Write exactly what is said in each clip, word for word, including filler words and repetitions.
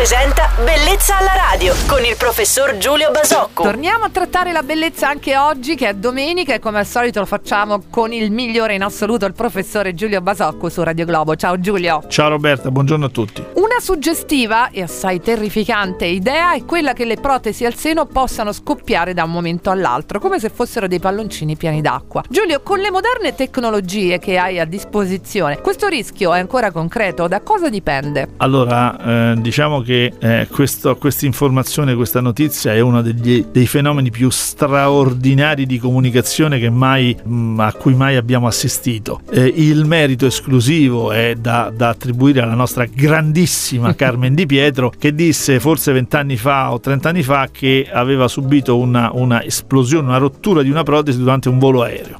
presenta Bellezza alla radio con il professor Giulio Basocco. Torniamo a trattare la bellezza anche oggi, che è domenica, e come al solito lo facciamo con il migliore in assoluto, il professore Giulio Basocco su Radio Globo. Ciao Giulio. Ciao Roberta, buongiorno a tutti. Una suggestiva e assai terrificante idea è quella che le protesi al seno possano scoppiare da un momento all'altro, come se fossero dei palloncini pieni d'acqua. Giulio, con le moderne tecnologie che hai a disposizione, questo rischio è ancora concreto? Da cosa dipende? Allora, eh, diciamo che eh, questa informazione, questa notizia è uno degli, dei fenomeni più straordinari di comunicazione che mai, mh, a cui mai abbiamo assistito. Eh, il merito esclusivo è da, da attribuire alla nostra grandissima Carmen Di Pietro, che disse forse vent'anni fa o trent'anni fa che aveva subito una, una esplosione, una rottura di una protesi durante un volo aereo.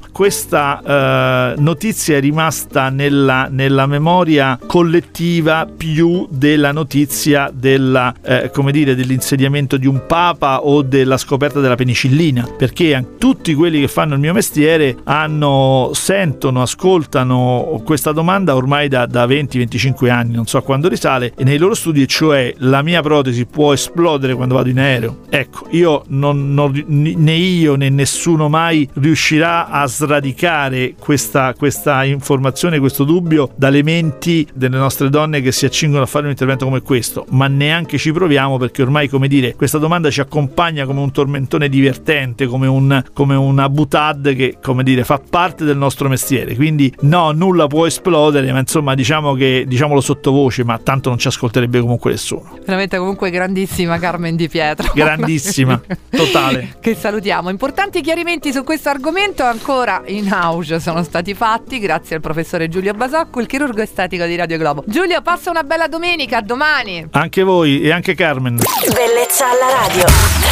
Questa eh, notizia è rimasta nella, nella memoria collettiva più della notizia della, eh, come dire, dell'insediamento di un papa o della scoperta della penicillina, perché tutti quelli che fanno il mio mestiere hanno, sentono, ascoltano questa domanda ormai da, da venti venticinque anni, non so a quando risale, e nei loro studi, cioè la mia protesi può esplodere quando vado in aereo. Ecco, io non, non, né io né nessuno mai riuscirà a sradicare questa, questa informazione, questo dubbio dalle menti delle nostre donne che si accingono a fare un intervento come questo, ma neanche ci proviamo, perché ormai, come dire, questa domanda ci accompagna come un tormentone divertente, come, un, come una boutade che, come dire, fa parte del nostro mestiere. Quindi no, nulla può esplodere, ma insomma diciamo che, diciamolo sottovoce, ma tanto non ci ascolterebbe comunque nessuno. Veramente comunque grandissima Carmen Di Pietro. Grandissima, totale. Che salutiamo. Importanti chiarimenti su questo argomento ancora in auge sono stati fatti grazie al professore Giulio Basocco, il chirurgo estetico di Radio Globo. Giulio, passa una bella domenica, a domani. Anche voi e anche Carmen. Bellezza alla radio.